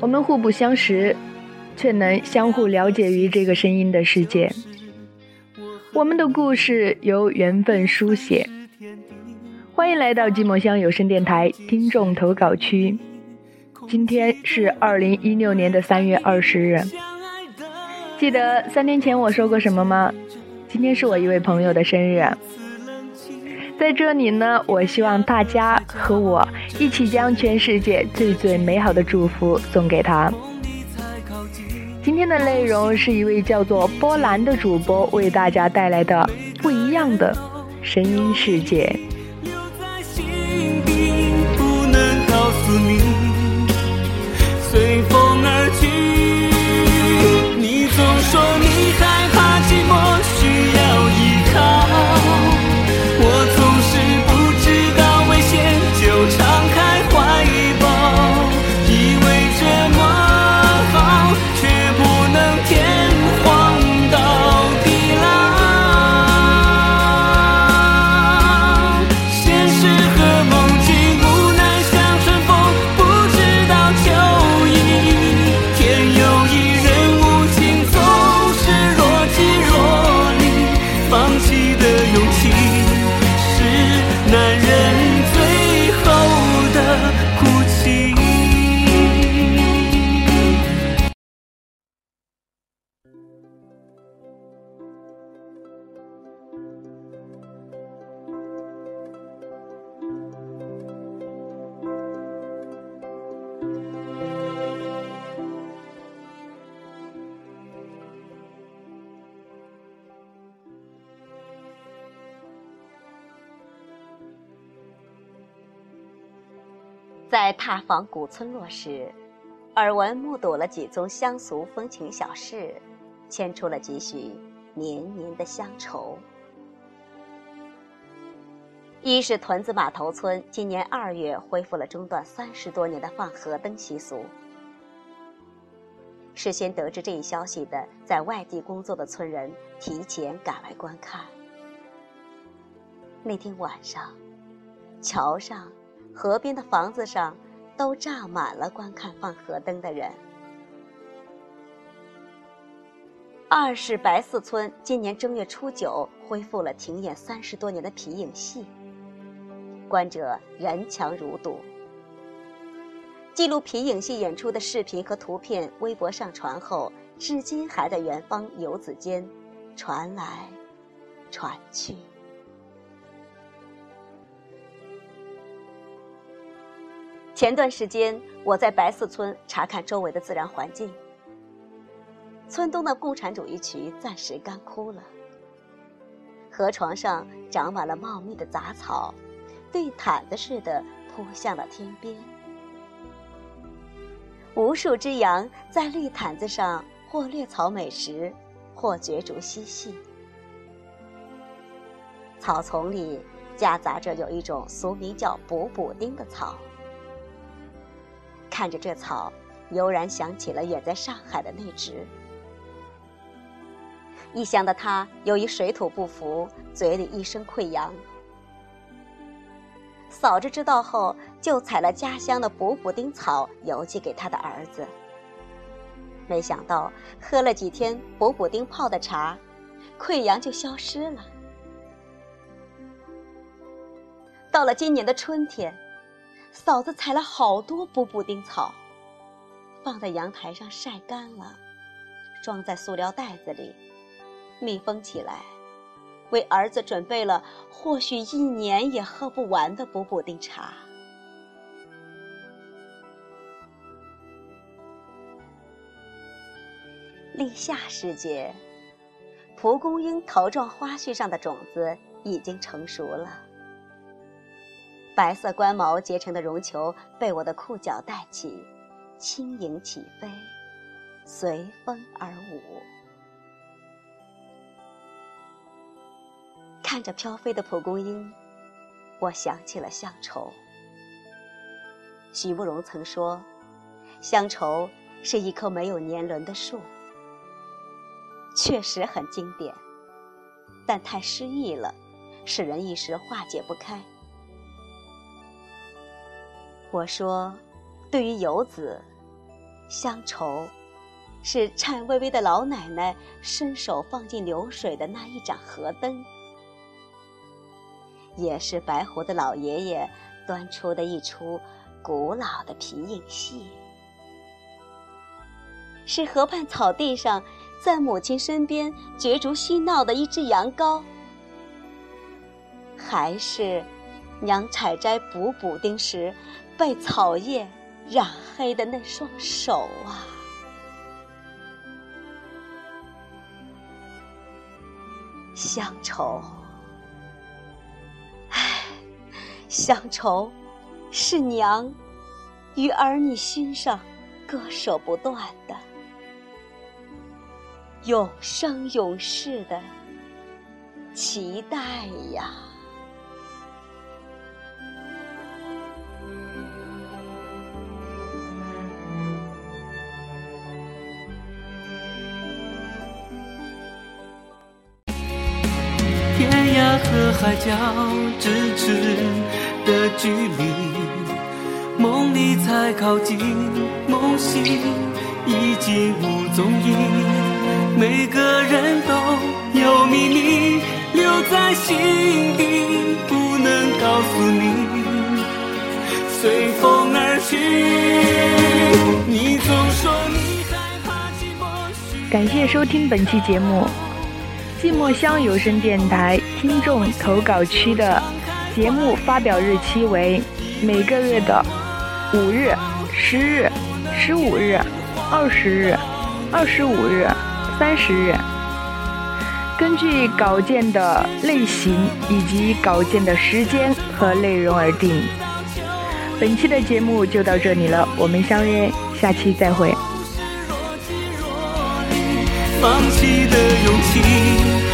我们互不相识，却能相互了解于这个声音的世界。我们的故事由缘分书写。欢迎来到寂寞乡有声电台听众投稿区。今天是2016年的3月20日。记得3天前我说过什么吗？今天是我一位朋友的生日。在这里呢，我希望大家和我一起将全世界最最美好的祝福送给他。今天的内容是一位叫做波兰的主播为大家带来的不一样的声音世界。 留在心底，不能告诉你，随风而去。你总说你害怕寂寞，需要依靠。我总是不知道危险就敞开怀抱，以为这么好，却不能天荒到地老。现实和梦境无奈像春风，不知道秋意。天有一人无情，总是若即若离，放弃的勇气男人最后的哭泣。 在踏访古村落时，耳闻目睹了几宗乡俗风情小事，牵出了几许绵绵的乡愁。一是屯子码头村今年2月恢复了中断30多年的放河灯习俗。事先得知这一消息的在外地工作的村人提前赶来观看。那天晚上，桥上河边的房子上都炸满了观看放河灯的人。二是白寺村今年正月初9恢复了停演30多年的皮影戏，观者人墙如堵。记录皮影戏演出的视频和图片微博上传后，至今还在园方游子间传来传去。前段时间，我在白寺村查看周围的自然环境。村东的共产主义渠暂时干枯了，河床上长满了茂密的杂草，对毯子似的铺向了天边。无数只羊在绿毯子上或掠草美食，或角逐嬉戏。草丛里夹杂着有一种俗名叫补补丁的草。看着这草，悠然想起了远在上海的那只。异乡的他由于水土不服，嘴里一生溃疡。嫂子知道后，就采了家乡的补补丁草邮寄给他的儿子。没想到喝了几天补补丁泡的茶，溃疡就消失了。到了今年的春天，嫂子采了好多补补丁草，放在阳台上晒干了，装在塑料袋子里，密封起来，为儿子准备了或许1年也喝不完的补补丁茶。立夏时节，蒲公英头状花序上的种子已经成熟了。白色冠毛结成的绒球被我的裤脚带起，轻盈起飞，随风而舞。看着飘飞的蒲公英，我想起了乡愁。许慕容曾说，乡愁是一棵没有年轮的树，确实很经典，但太诗意了，使人一时化解不开。我说，对于游子， 乡愁是颤巍巍的老奶奶伸手放进流水的那一盏河灯，也是白胡的老爷爷端出的一出古老的皮影戏，是河畔草地上在母亲身边角逐嬉闹的一只羊羔，还是娘采摘补丁时被草叶染黑的那双手啊。乡愁，乡愁是娘与儿女心上割舍不断的，永生永世的期待呀。 天涯和海角咫尺的距离，梦里才靠近，梦醒已经无踪影。每个人都有秘密留在心底，不能告诉你，随风而去。你总说你害怕寂寞。 感谢收听本期节目。寂寞乡有声电台听众投稿区的节目发表日期为每个月的5日、10日、15日、20日、25日、30日，根据稿件的类型以及稿件的时间和内容而定。本期的节目就到这里了，我们相约下期再会。 放弃的勇气